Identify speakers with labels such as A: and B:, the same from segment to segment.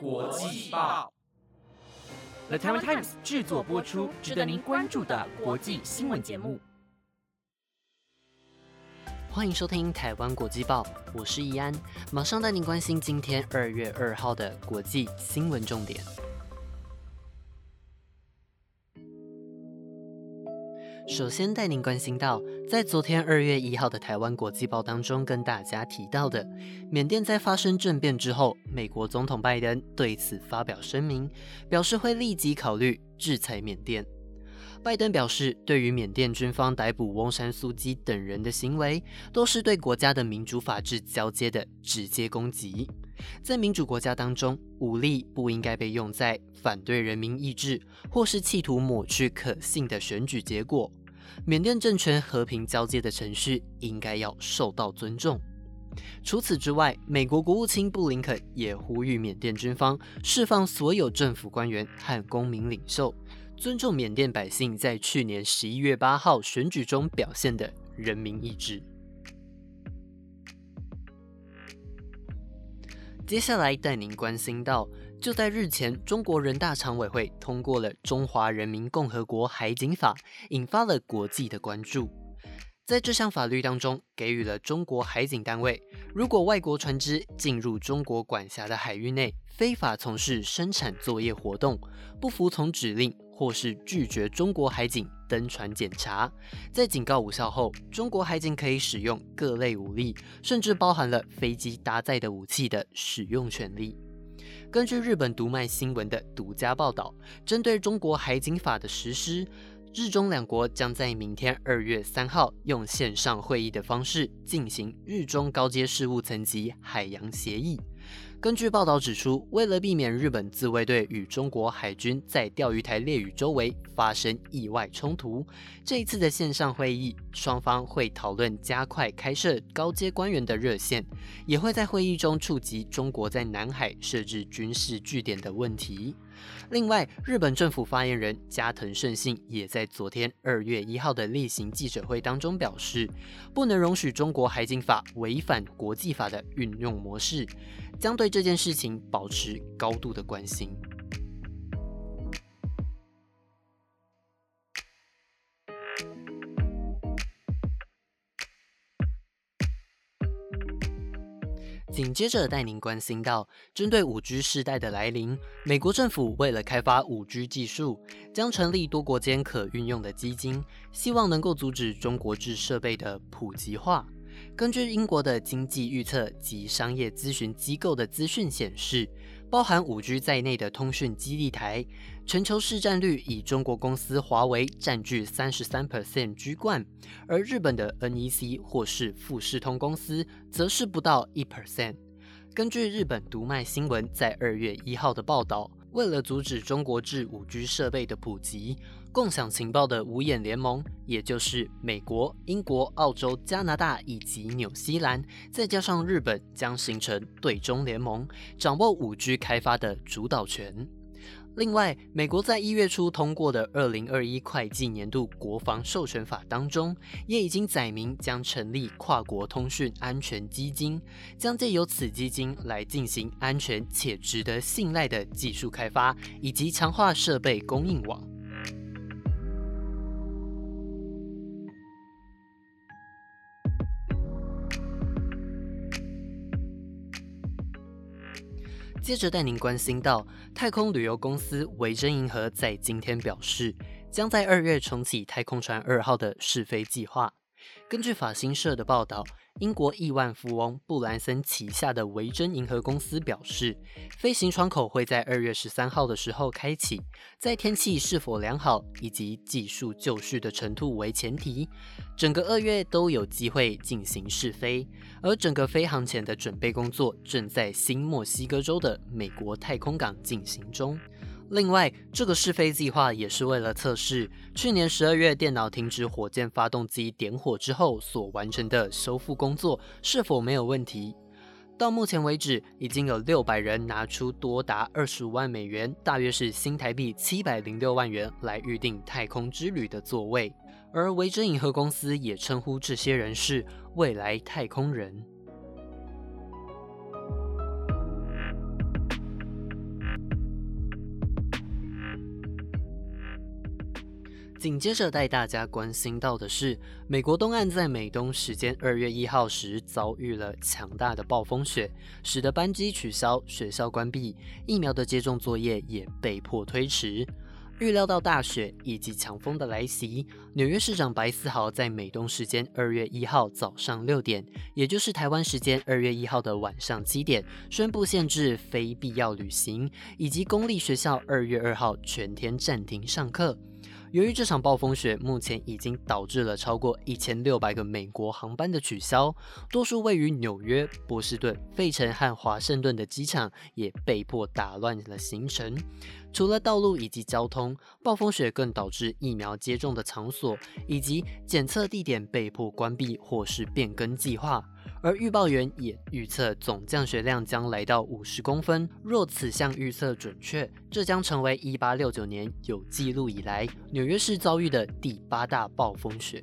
A: 国际报 The Taiwan Times 制作播出，值得您关注的国际新闻节目。
B: 欢迎收听台湾国际报，我是易安，马上带您关心今天2月2号的国际新闻重点。首先带您关心到，在昨天2月1号的台湾国际报当中跟大家提到的，缅甸在发生政变之后，美国总统拜登对此发表声明，表示会立即考虑制裁缅甸。拜登表示，对于缅甸军方逮捕翁山苏姬等人的行为，都是对国家的民主法治交接的直接攻击。在民主国家当中，武力不应该被用在反对人民意志，或是企图抹去可信的选举结果。缅甸政权和平交接的程序应该要受到尊重。除此之外，美国国务卿布林肯也呼吁缅甸军方释放所有政府官员和公民领袖，尊重缅甸百姓在去年11月8号选举中表现的人民意志。接下来带您关心到，就在日前，中国人大常委会通过了《中华人民共和国海警法》，引发了国际的关注。在这项法律当中，给予了中国海警单位，如果外国船只进入中国管辖的海域内，非法从事生产作业活动，不服从指令，或是拒绝中国海警登船检查，在警告无效后，中国海警可以使用各类武力，甚至包含了飞机搭载的武器的使用权利。根据日本读卖新闻的独家报道，针对中国海警法的实施，日中两国将在明天2月3号用线上会议的方式进行日中高阶事务层级海洋协议。根据报道指出，为了避免日本自卫队与中国海军在钓鱼台列屿周围发生意外冲突，这一次的线上会议，双方会讨论加快开设高阶官员的热线，也会在会议中触及中国在南海设置军事据点的问题。另外，日本政府发言人加藤胜信也在昨天2月1号的例行记者会当中表示，不能容许中国海警法违反国际法的运用模式，将对这件事情保持高度的关心。紧接着带您关心到，针对 5G 世代的来临，美国政府为了开发 5G 技术，将成立多国间可运用的基金，希望能够阻止中国制设备的普及化。根据英国的经济预测及商业咨询机构的资讯显示，包含 5G 在内的通讯基地台，全球市占率以中国公司华为占据 33% 居冠，而日本的 NEC 或是富士通公司则是不到 1%。根据日本读卖新闻在2月1号的报道，为了阻止中国制 5G 设备的普及，共享情报的五眼联盟，也就是美国、英国、澳洲、加拿大以及纽西兰，再加上日本，将形成对中联盟，掌握 5G 开发的主导权。另外，美国在1月初通过的2021会计年度国防授权法当中，也已经载明将成立跨国通讯安全基金，将借由此基金来进行安全且值得信赖的技术开发，以及强化设备供应网。接着带您关心到，太空旅游公司维珍银河在今天表示，将在2月重启太空船2号的试飞计划。根据法新社的报道，英国亿万富翁布兰森旗下的维珍银河公司表示，飞行窗口会在2月13号的时候开启，在天气是否良好以及技术就绪的程度为前提，整个2月都有机会进行试飞，而整个飞航前的准备工作正在新墨西哥州的美国太空港进行中。另外，这个试飞计划也是为了测试去年12月电脑停止火箭发动机点火之后所完成的修复工作是否没有问题。到目前为止，已经有600人拿出多达25万美元，大约是新台币706万元来预定太空之旅的座位，而维珍银河公司也称呼这些人是未来太空人。 紧接着带大家关心到的是，美国东岸在美东时间2月1号时遭遇了强大的暴风雪，使得班机取消、学校关闭，疫苗的接种作业也被迫推迟。预料到大雪以及强风的来袭，纽约市长白思豪在美东时间2月1号早上6点，也就是台湾时间2月1号的晚上7点，宣布限制非必要旅行，以及公立学校2月2号全天暂停上课。由于这场暴风雪目前已经导致了超过1600个美国航班的取消，多数位于纽约、波士顿、费城和华盛顿的机场也被迫打乱了行程。除了道路以及交通，暴风雪更导致疫苗接种的场所以及检测地点被迫关闭或是变更计划。而预报员也预测总降雪量将来到50公分，若此项预测准确，这将成为1869年有记录以来纽约市遭遇的第8大暴风雪。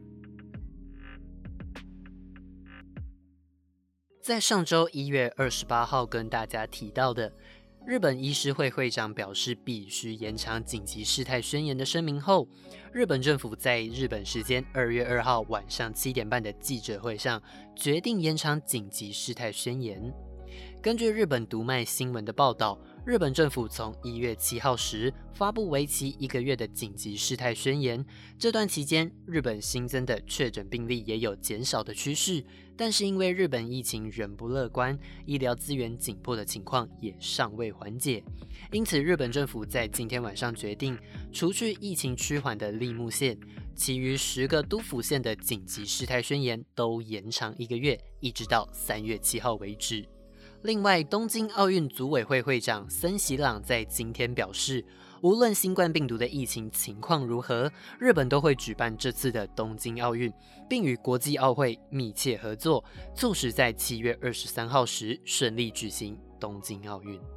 B: 在上周1月28号跟大家提到的日本医师会会长表示必须延长紧急事态宣言的声明后，日本政府在日本时间2月2号晚上7点半的记者会上决定延长紧急事态宣言。根据日本读卖新闻的报道，日本政府从1月7号时发布为期1个月的紧急事态宣言，这段期间日本新增的确诊病例也有减少的趋势，但是因为日本疫情仍不乐观，医疗资源紧迫的情况也尚未缓解，因此日本政府在今天晚上决定，除去疫情趋缓的立木县，其余10个都府县的紧急事态宣言都延长1个月，一直到3月7号为止。另外，东京奥运组委会会长森喜朗在今天表示，无论新冠病毒的疫情情况如何，日本都会举办这次的东京奥运，并与国际奥会密切合作，促使在7月23号时顺利举行东京奥运。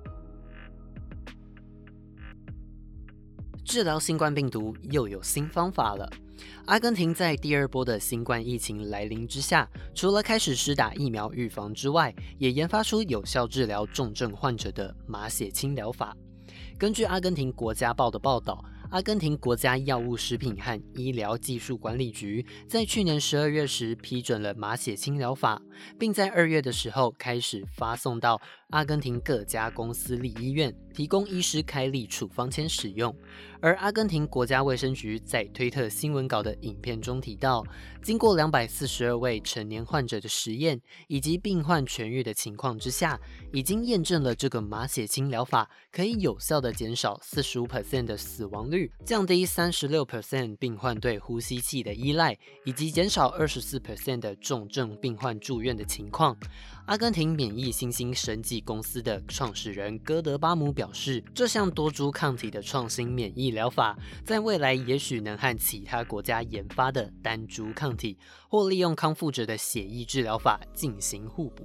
B: 治疗新冠病毒又有新方法了。阿根廷在第2波的新冠疫情来临之下，除了开始施打疫苗预防之外，也研发出有效治疗重症患者的马血清疗法。根据阿根廷国家报的报道，阿根廷国家药物食品和医疗技术管理局在去年12月时批准了马血清疗法，并在2月的时候开始发送到阿根廷各家公司立医院，提供医师开立处方签使用。而阿根廷国家卫生局在推特新闻稿的影片中提到，经过242位成年患者的实验以及病患痊愈的情况之下，已经验证了这个马血清疗法可以有效地减少 45% 的死亡率，降低 36% 病患对呼吸器的依赖，以及减少 24% 的重症病患住院的情况。阿根廷免疫新兴生技公司的创始人戈德巴姆表示，这项多株抗体的创新免疫疗法在未来也许能和其他国家研发的单株抗体或利用康复者的血液治疗法进行互补。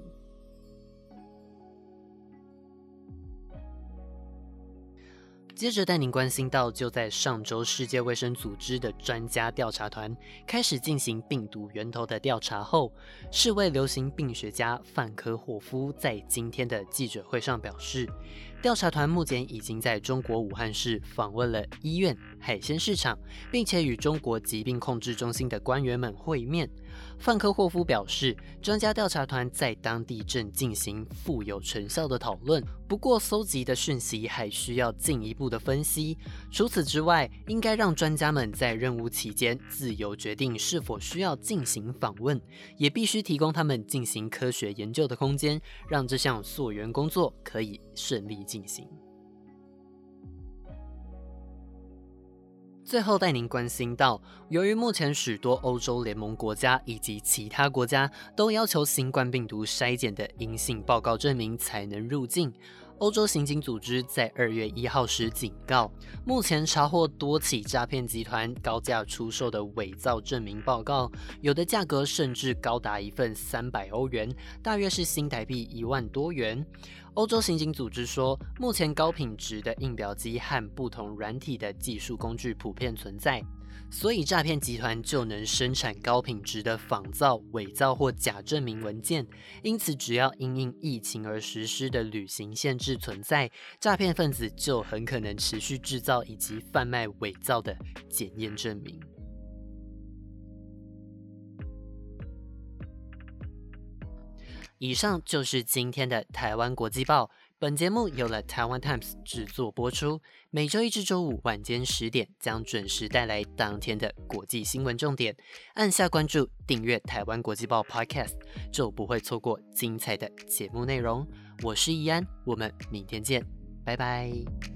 B: 接着带您关心到，就在上周，世界卫生组织的专家调查团开始进行病毒源头的调查后，世卫流行病学家范科霍夫在今天的记者会上表示，调查团目前已经在中国武汉市访问了医院、海鲜市场，并且与中国疾病控制中心的官员们会面。范科霍夫表示，专家调查团在当地正进行富有成效的讨论，不过搜集的讯息还需要进一步的分析。除此之外，应该让专家们在任务期间自由决定是否需要进行访问，也必须提供他们进行科学研究的空间，让这项溯源工作可以顺利进行。最后带您关心到，由于目前许多欧洲联盟国家以及其他国家都要求新冠病毒筛检的阴性报告证明才能入境，欧洲刑警组织在2月1号时警告，目前查获多起诈骗集团高价出售的伪造证明报告，有的价格甚至高达一份300欧元，大约是新台币1万多元。欧洲刑警组织说，目前高品质的印表机和不同软体的技术工具普遍存在， 所以诈骗集团就能生产高品质的仿造、伪造或假证明文件。因此，只要因应疫情而实施的旅行限制存在，诈骗分子就很可能持续制造以及贩卖伪造的检验证明。以上就是今天的台湾国际报。本节目由了台湾 Times 制作播出，每周一至周五晚间10点将准时带来当天的国际新闻重点。按下关注，订阅台湾国际报 Podcast， 就不会错过精彩的节目内容。我是怡安，我们明天见，拜拜。